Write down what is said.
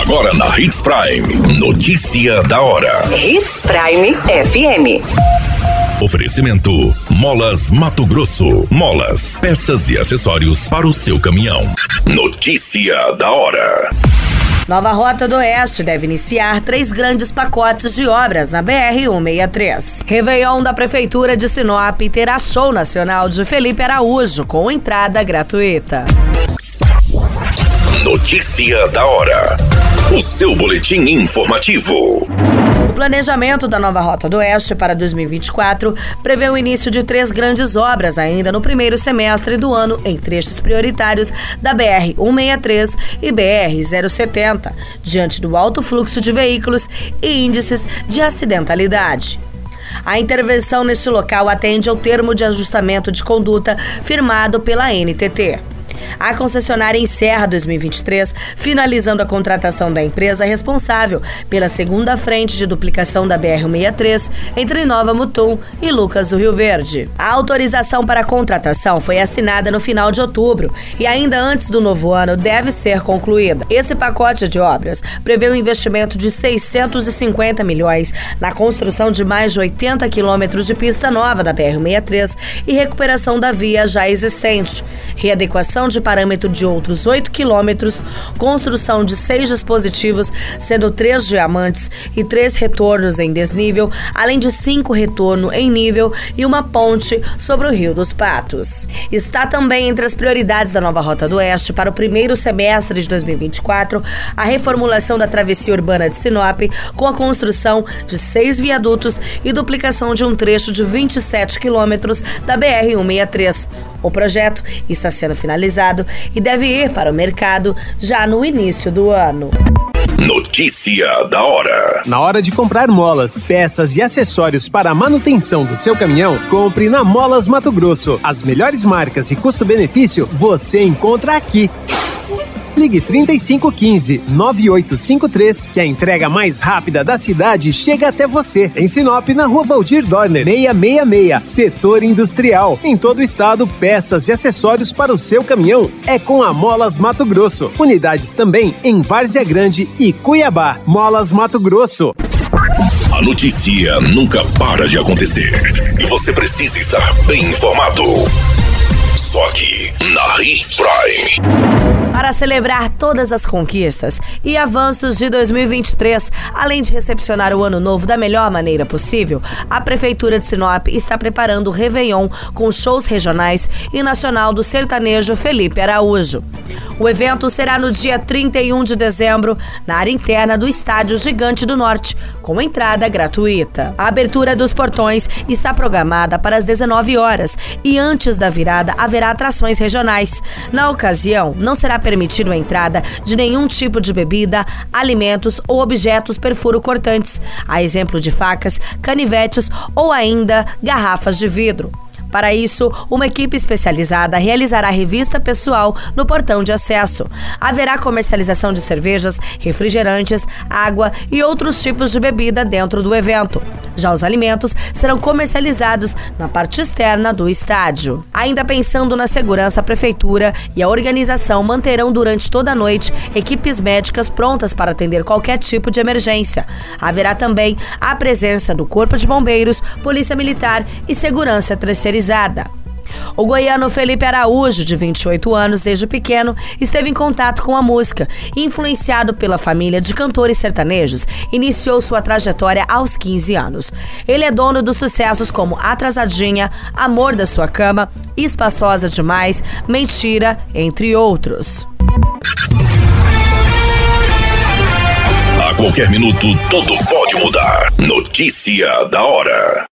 Agora na Hits Prime. Notícia da hora. Hits Prime FM. Oferecimento: Molas Mato Grosso. Molas, peças e acessórios para o seu caminhão. Notícia da hora. Nova Rota do Oeste deve iniciar 3 grandes pacotes de obras na BR-163. Réveillon da Prefeitura de Sinop terá show nacional de Felipe Araújo com entrada gratuita. Notícia da hora. O seu boletim informativo. O planejamento da Nova Rota do Oeste para 2024 prevê o início de 3 grandes obras ainda no primeiro semestre do ano em trechos prioritários da BR-163 e BR-070, diante do alto fluxo de veículos e índices de acidentalidade. A intervenção neste local atende ao termo de ajustamento de conduta firmado pela NTT. A concessionária encerra 2023, finalizando a contratação da empresa responsável pela segunda frente de duplicação da BR-163 entre Nova Mutum e Lucas do Rio Verde. A autorização para a contratação foi assinada no final de outubro e ainda antes do novo ano deve ser concluída. Esse pacote de obras prevê um investimento de 650 milhões na construção de mais de 80 quilômetros de pista nova da BR-163 e recuperação da via já existente, readequação de parâmetro de outros 8 quilômetros, construção de 6 dispositivos, sendo 3 diamantes e 3 retornos em desnível, além de 5 retorno em nível e uma ponte sobre o Rio dos Patos. Está também entre as prioridades da Nova Rota do Oeste para o primeiro semestre de 2024 a reformulação da travessia urbana de Sinop, com a construção de 6 viadutos e duplicação de um trecho de 27 quilômetros da BR-163. O projeto está sendo finalizado e deve ir para o mercado já no início do ano. Notícia da hora. Na hora de comprar molas, peças e acessórios para a manutenção do seu caminhão, compre na Molas Mato Grosso. As melhores marcas e custo-benefício você encontra aqui. Ligue 3515-9853, que a entrega mais rápida da cidade chega até você. Em Sinop, na Rua Valdir Dorner, 666, Setor Industrial. Em todo o estado, peças e acessórios para o seu caminhão é com a Molas Mato Grosso. Unidades também em Várzea Grande e Cuiabá. Molas Mato Grosso. A notícia nunca para de acontecer e você precisa estar bem informado. Só aqui, na Hits Prime. Para celebrar todas as conquistas e avanços de 2023, além de recepcionar o Ano Novo da melhor maneira possível, a Prefeitura de Sinop está preparando o Réveillon com shows regionais e nacional do sertanejo Felipe Araújo. O evento será no dia 31 de dezembro, na área interna do Estádio Gigante do Norte, com entrada gratuita. A abertura dos portões está programada para as 19 horas e antes da virada haverá atrações regionais. Na ocasião, não será permitido a entrada de nenhum tipo de bebida, alimentos ou objetos perfuro-cortantes, a exemplo de facas, canivetes ou ainda garrafas de vidro. Para isso, uma equipe especializada realizará revista pessoal no portão de acesso. Haverá comercialização de cervejas, refrigerantes, água e outros tipos de bebida dentro do evento. Já os alimentos serão comercializados na parte externa do estádio. Ainda pensando na segurança, a Prefeitura e a organização manterão durante toda a noite equipes médicas prontas para atender qualquer tipo de emergência. Haverá também a presença do Corpo de Bombeiros, Polícia Militar e Segurança Terceirizada. O goiano Felipe Araújo, de 28 anos, desde pequeno, esteve em contato com a música. Influenciado pela família de cantores sertanejos, iniciou sua trajetória aos 15 anos. Ele é dono dos sucessos como Atrasadinha, Amor da Sua Cama, Espaçosa Demais, Mentira, entre outros. A qualquer minuto, tudo pode mudar. Notícia da hora.